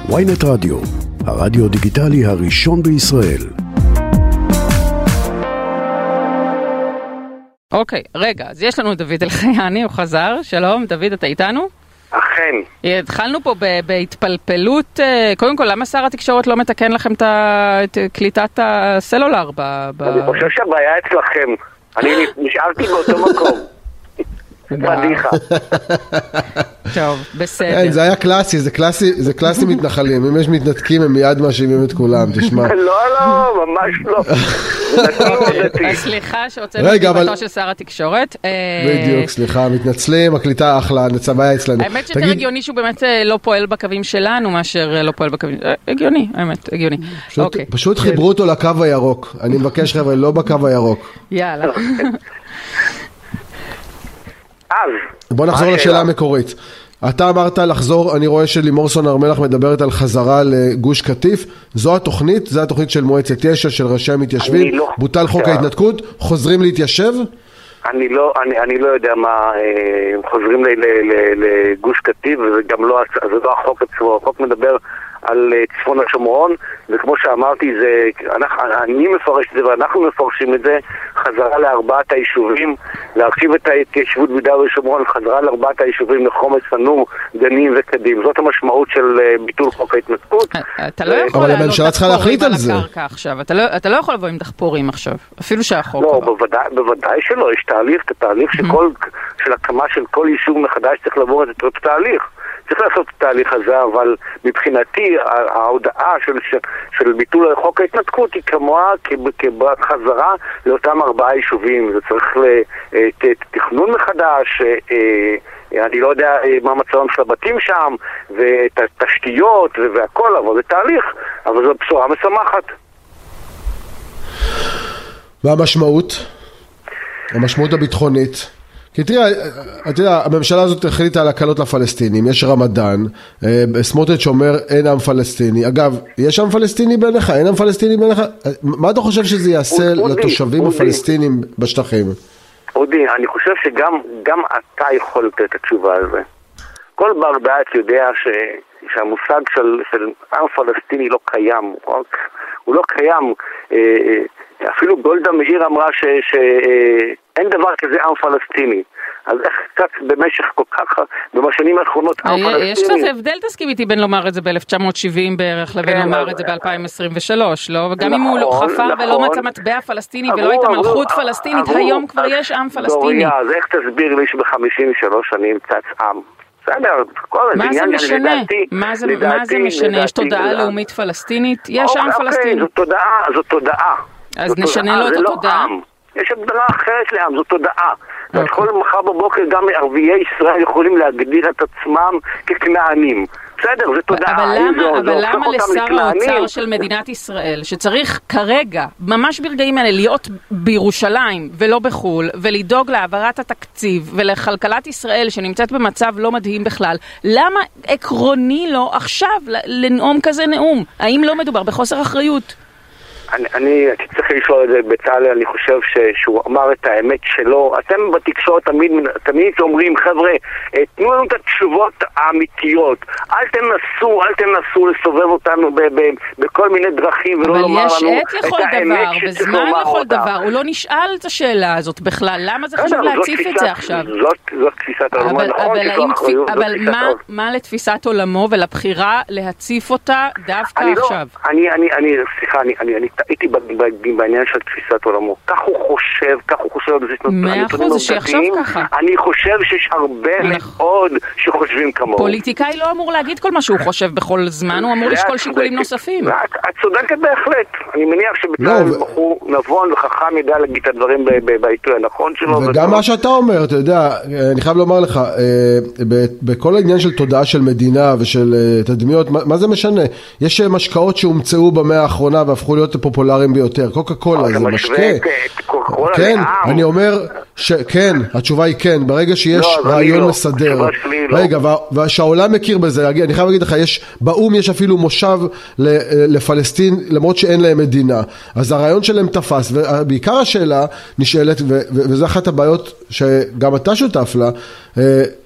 ynet רדיו, הרדיו דיגיטלי הראשון בישראל. אוקיי, רגע, אז יש לנו דוד אלחייני, הוא חזר. שלום, דוד, אתה איתנו? אכן. התחלנו פה בהתפלפלות. קודם כל, למה שר התקשורת לא מתקן לכם את קליטת הסלולר? אני חושב שהבעיה אצלכם. אני נשארתי באותו מקום. פדיחה. טוב, בסדר. זה היה קלאסי, זה קלאסי מתנחלים. אם יש מתנתקים, הם מיד מאשימים את כולם, תשמע. לא, ממש לא. סליחה שהוצאנו את דיבתו של שר התקשורת. בדיוק, סליחה, מתנצלים, הקליטה אחלה, נצבעה אצלנו. האמת שיותר הגיוני שהוא באמת לא פועל בקווים שלנו, מאשר לא פועל בקווים. הגיוני, האמת, הגיוני. פשוט חיברו אותו לקו הירוק. אני מבקש חבר'ה, לא בקו הירוק. יאללה. בוא נחזור לשאלה המקורית. אתה אמרת לחזור, אני רואה שלימור סון הר מלך מדברת על חזרה לגוש קטיף. זו התוכנית? זו התוכנית של מועצת יש"ע, של ראשי המתיישבים? בוטל חוק ההתנתקות? חוזרים להתיישב? אני לא יודע מה, חוזרים לגוש קטיף, וזה גם לא החוק עצמו. החוק מדבר על צפון השומרון, וכמו שאמרתי, אני מפרש את זה ואנחנו מפרשים את זה, חזרה לארבעת היישובים, להרחיב את ההתיישבות ביהודה ושומרון, חזרה לארבעת היישובים לחומש, ענור, גנים וקדים. זאת המשמעות של ביטול חוק ההתנתקות. אתה לא יכול לעלות דחפורים על הקרקע עכשיו, אתה לא יכול לבוא עם דחפורים עכשיו, אפילו שהחוק. לא, בוודאי שלא, יש תהליך, תהליך של הקמה של כל יישוב מחדש צריך לעבור את אותו תהליך. צריך לעשות את התהליך הזה, אבל מבחינתי ההודעה של ביטול חוק ההתנתקות היא כמוה כחזרה לאותם ארבעה יישובים. זה צריך תכנון מחדש, אני לא יודע מה מצבם של הבתים שם, ואת התשתיות והכל, אבל זה תהליך, אבל זו בשורה משמחת. והמשמעות? המשמעות הביטחונית. כי תראה, הממשלה הזאת החליטה על הקלות לפלסטינים, יש רמדאן, סמוטריץ' אומר אין עם פלסטיני. אגב, יש עם פלסטיני בעיניך? אין עם פלסטיני בעיניך? מה אתה חושב שזה יעשה לתושבים הפלסטינים בשטחים? אודי, אני חושב שגם אתה יכול לתת את התשובה על זה. כל בר דעת יודע שהמושג של עם פלסטיני לא קיים, הוא לא קיים. אפילו גולדה מאיר אמרה שאין דבר כזה עם פלסטיני. אז איך קצת במשך כל כך, בשנים האחרונות עם פלסטיני? יש קצת הבדל, תסכים איתי, בין לומר את זה ב-1970 בערך לבין לומר את זה ב-2023, לא? וגם אם הוא חפר ולא מצא מטבע פלסטיני ולא הייתה מלכות פלסטינית, היום כבר יש עם פלסטיני. אז איך תסביר לי שב-53 שנים צץ עם? מה זה משנה? מה זה משנה? יש תודעה לאומית פלסטינית? יש עם פלסטיני. זו תודעה. אז נשנה לו את התודעה? יש הגדרה אחרת לעם, זו תודעה. כל מחר בבוקר גם ערביי ישראל יכולים להגדיר את עצמם ככנענים. בסדר, זה תודעה. אבל למה לשר האוצר של מדינת ישראל, שצריך כרגע, ממש ברגעים האלה, להיות בירושלים ולא בחול, ולדאוג להעברת התקציב ולכלכלת ישראל שנמצאת במצב לא מדהים בכלל, למה עקרוני לו עכשיו לנאום כזה נאום? האם לא מדובר בחוסר אחריות? אני צריך לשאול את זה בצה"ל, אני חושב שהוא אמר את האמת שלו. אתם בתקשורת תמיד אומרים, חבר'ה, תנו לנו את התשובות האמיתיות. אל תנסו לסובב אותנו בכל מיני דרכים ולא לומר לנו את האמת שצריך לומר אותה. וזמן לכל דבר, הוא לא נשאל את השאלה הזאת בכלל. למה זה חשוב להציף את זה עכשיו? זאת תפיסת עולמו, נכון? אבל מה לתפיסת עולמו ולבחירה להציף אותה דווקא עכשיו? סליחה, אני הייתי בעניין של תפיסת עולמו. כך הוא חושב, מאה אחוז, זה שיחשוב ככה. אני חושב שיש הרבה מאוד שחושבים כמוהו. פוליטיקאי לא אמור להגיד כל מה שהוא חושב בכל זמן, הוא אמור לשקול שיקולים נוספים. את צודקת בהחלט. אני מניח שבצה"ל הוא נבון וחכם ידע להגיד את הדברים בעיתוי הנכון שלו. וגם מה שאתה אומר, אתה יודע, אני חייב לומר לך, בכל העניין של תודעה של מדינה ושל תדמיות, מה זה משנה? יש משקאות שהומצאו במאה האחרונה והפכו להיות פופולריים ביותר. קוקה קולה זה משקה. כן, אני אומר שכן, התשובה היא כן, ברגע שיש רעיון מסדר. רגע, והשעולם מכיר בזה, אני חייב להגיד לך, באום יש אפילו מושב לפלסטין, למרות שאין להם מדינה. אז הרעיון שלהם תפס, ובעיקר השאלה נשאלת, וזו אחת הבעיות שגם אתה שותף לה,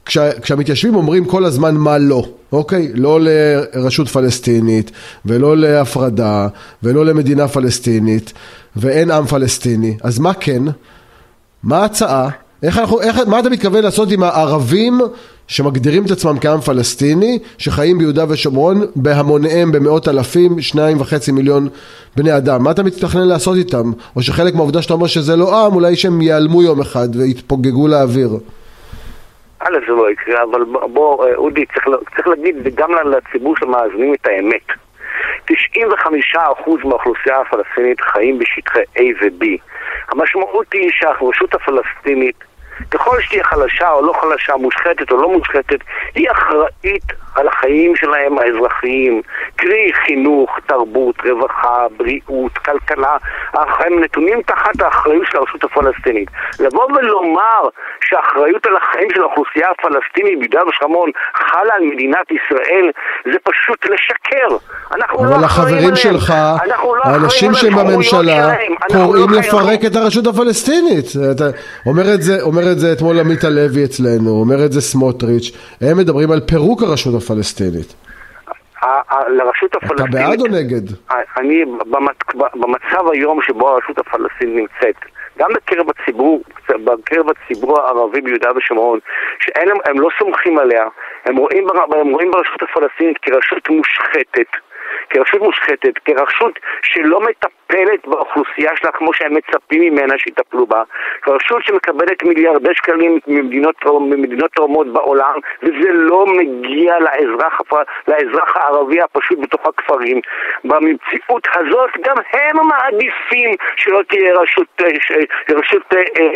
כשהמתיישבים אומרים כל הזמן מה לא, אוקיי? לא לרשות פלסטינית, ולא להפרדה, ולא למדינה פלסטינית, ואין עם פלסטיני, אז מה כן? מה ההצעה? מה אתה מתכוון לעשות עם הערבים שמגדירים את עצמם כעם פלסטיני, שחיים ביהודה ושומרון בהמוניהם במאות אלפים, 2.5 מיליון בני אדם? מה אתה מתכנן לעשות איתם? או שחלק מהעובדה שאתה אומר שזה לא עם, אולי שהם ייעלמו יום אחד ויתפוגגו לאוויר? זה לא יקרה, אבל בוא, אודי, צריך להגיד גם לציבור שמאזינים את האמת. 95% מהאוכלוסייה הפלסטינית חיים בשטחי A ו-B. המשמעות היא שהרשות הפלסטינית, ככל שתהיה חלשה או לא חלשה, מושחתת או לא מושחתת, היא אחראית על החיים שלהם האזרחיים, קרי חינוך, תרבות, רווחה, בריאות, כלכלה. הם נתונים תחת האחריות של הרשות הפלסטינית. לבוא ולומר שהאחריות על החיים של האוכלוסייה הפלסטינית ביהודה ושומרון חלה על מדינת ישראל, זה פשוט לשקר. אבל החברים שלך, האנשים שהם בממשלה, קוראים לפרק את הרשות הפלסטינית. אתה אומר את זה אתמול עמית הלוי אצלנו, אומר את זה סמוטריץ', הם מדברים על פירוק הרשות הפלסטינית. לרשות הפלסטינית... אתה בעד או נגד? אני, במצב היום שבו הרשות הפלסטינית נמצאת, גם בקרב הציבור הערבי ביהודה ושומרון, שהם לא סומכים עליה, הם רואים ברשות הפלסטינית כרשות מושחתת, כרשות שלא מטפלת באוכלוסייה שלה כמו שהם מצפים ממנה שיטפלו בה, כרשות שמקבלת מיליארדי שקלים ממדינות תרומות בעולם, וזה לא מגיע לאזרח הערבי הפשוט בתוך הכפרים. במציאות הזאת גם הם מעדיפים שלא תהיה רשות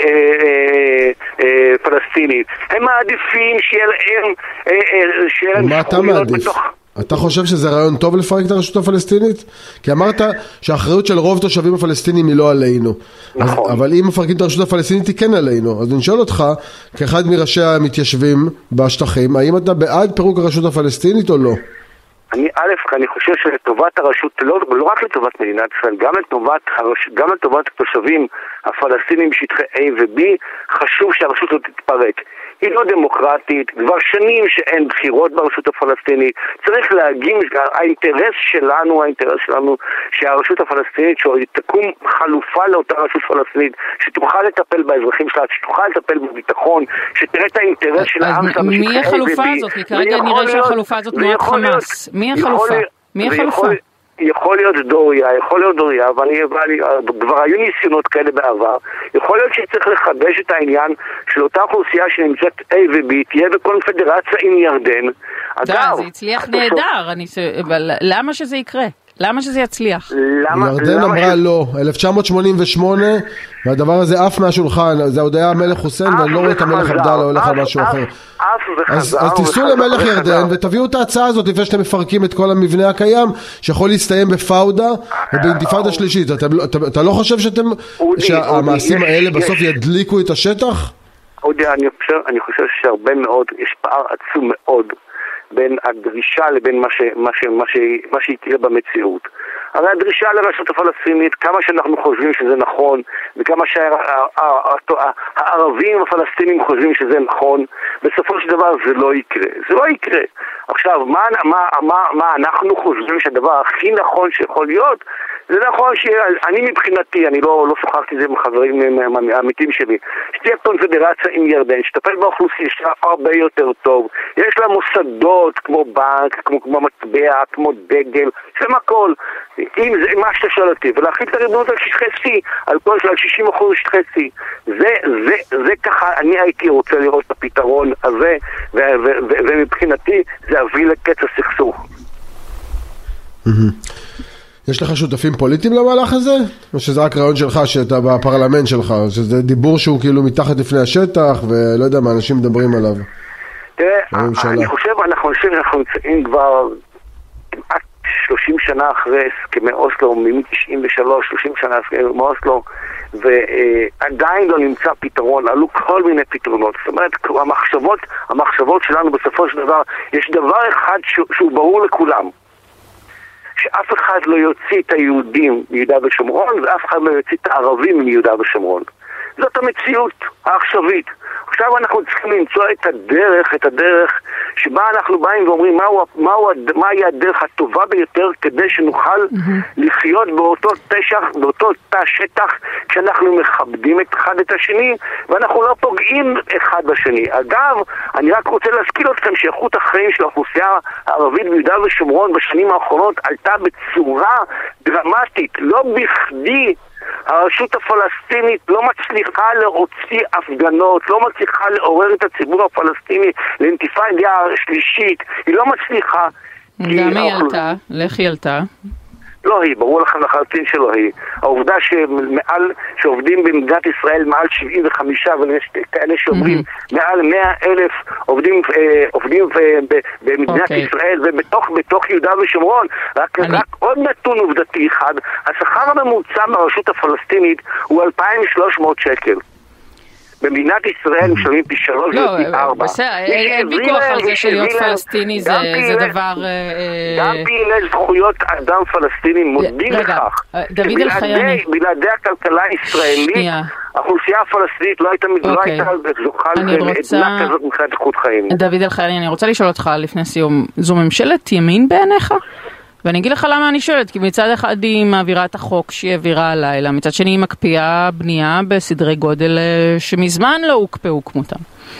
פלסטינית. הם מעדיפים שיהיה להם מה אתה מעדיף? אתה חושב שזה רעיון טוב לפרק את הרשות הפלסטינית? כי אמרת שהאחריות של רוב תושבים הפלסטינים היא לא עלינו. נכון. אבל אם מפרקים את הרשות הפלסטינית היא כן עלינו. אז אני שואל אותך, כאחד מראשי המתיישבים בשטחים, האם אתה בעד פירוק הרשות הפלסטינית או לא? אני חושב שלטובת הרשות, לא רק לטובת מדינת ישראל, גם לטובת התושבים הפלסטינים בשטחי A ו-B, חשוב שהרשות לא תתפרק. היא לא דמוקרטית, כבר שנים שאין בחירות ברשות הפלסטינית. צריך להגיד, האינטרס שלנו שהרשות הפלסטינית שתקום חלופה לאותה רשות פלסטינית, שתוכל לטפל באזרחים שלה, שתוכל לטפל בביטחון, שתראה את האינטרס של העם שלה. מי החלופה הזאת? כי כרגע נראה שהחלופה הזאת תנועת חמאס. מי החלופה? מי החלופה? יכול להיות דוריה, אבל כבר היו ניסיונות כאלה בעבר. יכול להיות שצריך לחדש את העניין של אותה אוכלוסייה שנמצאת A ו-B, תהיה בקונפדרציה עם ירדן. זה הצליח נהדר, אבל למה שזה יקרה? למה שזה יצליח? ירדן אמרה לא, 1988, והדבר הזה עף מהשולחן, זה עוד היה המלך חוסיין, ואני לא רואה את המלך עבדאללה הולך על משהו אחר. אז תיסעו למלך ירדן ותביאו את ההצעה הזאת לפני שאתם מפרקים את כל המבנה הקיים, שיכול להסתיים בפאודה ובאינתיפאדה שלישית. אתה לא חושב שהמעשים האלה בסוף ידליקו את השטח? אני חושב שהרבה מאוד, יש פער עצום מאוד בין הדרישה לבין מה שיקרה במציאות. הרי הדרישה לרשות הפלסטינית, כמה שאנחנו חושבים שזה נכון, וכמה שהערבים הפלסטינים חושבים שזה נכון, בסופו של דבר זה לא יקרה. עכשיו, מה אנחנו חושבים שהדבר הכי נכון שיכול להיות? זה נכון שאני מבחינתי, אני לא שוחחתי את זה עם חברים האמיתיים שלי, שתהיה קונפדרציה עם ירדן, שתטפל באוכלוסייה שלה הרבה יותר טוב. יש לה מוסדות כמו בנק, כמו מטבע, כמו דגל, יש להם הכל. אם זה מה שאתה שואל אותי, ולהחליט את הריבונות על שטחי C, על כל של 60% שטחי C, זה ככה, אני הייתי רוצה לראות את הפתרון הזה, ומבחינתי זה הביא לקץ הסכסוך. יש לך שותפים פוליטיים למהלך הזה? או שזה רק רעיון שלך, שאתה בפרלמנט שלך, שזה דיבור שהוא כאילו מתחת לפני השטח, ולא יודע מה, אנשים מדברים עליו? תראה, אני חושב שאנחנו נמצאים כבר כמעט 30 שנה אחרי הסכמי אוסלו, מ-93, 30 שנה אחרי אוסלו, ועדיין לא נמצא פתרון, עלו כל מיני פתרונות. זאת אומרת, המחשבות שלנו בסופו של דבר, יש דבר אחד שהוא ברור לכולם, שאף אחד לא יוציא את היהודים מיהודה ושומרון, ואף אחד לא יוציא את הערבים מיהודה ושומרון. זאת המציאות העכשווית. עכשיו אנחנו צריכים למצוא את הדרך שבה אנחנו באים ואומרים מהי הדרך הטובה ביותר כדי שנוכל לחיות באותו תא שטח כשאנחנו מכבדים אחד את השני ואנחנו לא פוגעים אחד בשני. אגב, אני רק רוצה להזכיר אתכם שאיכות החיים של האוכלוסייה הערבית ביהודה ושומרון בשנים האחרונות עלתה בצורה דרמטית. לא בכדי הרשות הפלסטינית לא מצליחה להוציא הפגנות, לא מצליחה לעורר את הציבור הפלסטיני לאינתיפאדה שלישית, היא לא מצליחה. גם היא עלתה, לך היא עלתה. לא היא, ברור לכם לחלוטין שלא היא. העובדה שעובדים במדינת ישראל מעל 75 ויש כאלה שאומרים מעל 100,000 עובדים במדינת ישראל ובתוך יהודה ושומרון. רק עוד נתון עובדתי אחד, השכר הממוצע ברשות הפלסטינית הוא 2,300 שקל. במדינת ישראל משלמים פי 3 ופי 4. בסדר, אין ויכוח על זה שלהיות פלסטיני זה דבר... גם פעילי זכויות אדם פלסטינים מודים לכך. דוד אלחייני. בלעדי הכלכלה הישראלית, האוכלוסייה הפלסטינית לא הייתה זוכה לעדנה כזאת מבחינת איכות חיים. דוד אלחייני, אני רוצה לשאול אותך לפני סיום, זו ממשלת ימין בעיניך? ואני אגיד לך למה אני שואלת, כי מצד אחד היא מעבירה את החוק שהיא העבירה הלילה, מצד שני היא מקפיאה בנייה בסדרי גודל שמזמן לא הוקפאו כמותם.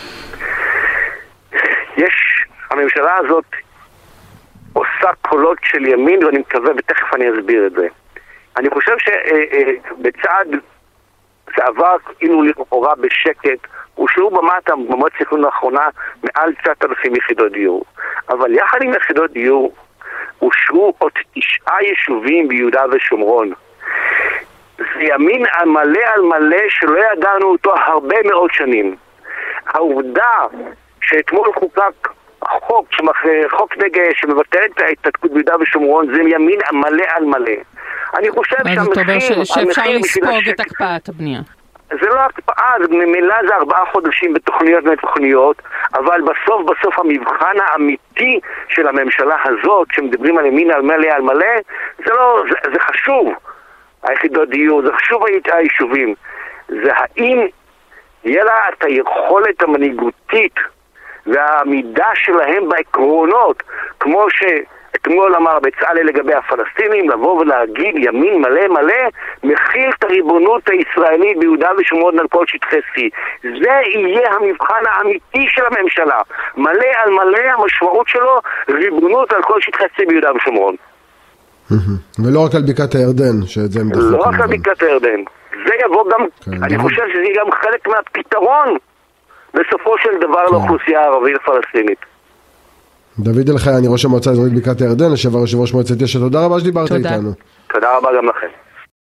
הממשלה הזאת עושה קולות של ימין, ואני מקווה, ותכף אני אסביר את זה. אני חושב שבצד זה עבר כאילו לכאורה בשקט, אושרו במועצת התכנון האחרונה מעל 9,000 יחידות דיור. אבל יחד עם יחידות דיור, אושרו עוד 9 יישובים ביהודה ושומרון. זה ימין מלא על מלא שלא ידענו אותו הרבה מאוד שנים. העובדה שאתמול חוקק חוק נגד שמבטל את ההתנתקות ביהודה ושומרון זה ימין מלא על מלא. אני חושב שהמחיר... שאפשר לספוג את הקפאת הבנייה. זה לא הקפאה, ממילא זה 4 חודשים בתוכניות, אבל בסוף המבחן האמיתי של הממשלה הזאת, שמדברים על ימין על מלא, זה חשוב, היחידות דיור, זה חשוב היישובים. זה האם יהיה לה את היכולת המנהיגותית והעמידה שלהם בעקרונות, כמו שאתמול אמר בצלאל לגבי הפלסטינים, לבוא ולהגיד ימין מלא, מכיל את הריבונות הישראלית ביהודה ושומרון על כל שטחי C. זה יהיה המבחן האמיתי של הממשלה. מלא על מלא, המשמעות שלו, ריבונות על כל שטחי C ביהודה ושומרון. ולא רק על בקעת הירדן, שאת זה הם דחו. לא רק על בקעת הירדן. זה יבוא גם, אני חושב שזה יהיה גם חלק מהפתרון בסופו של דבר לאוכלוסייה הערבית הפלסטינית. דוד אלחייני, ראש המועצה האזורית בקעת הירדן, לשעבר יושב ראש מועצת יש"ע, תודה רבה שדיברת איתנו. תודה רבה גם לכם.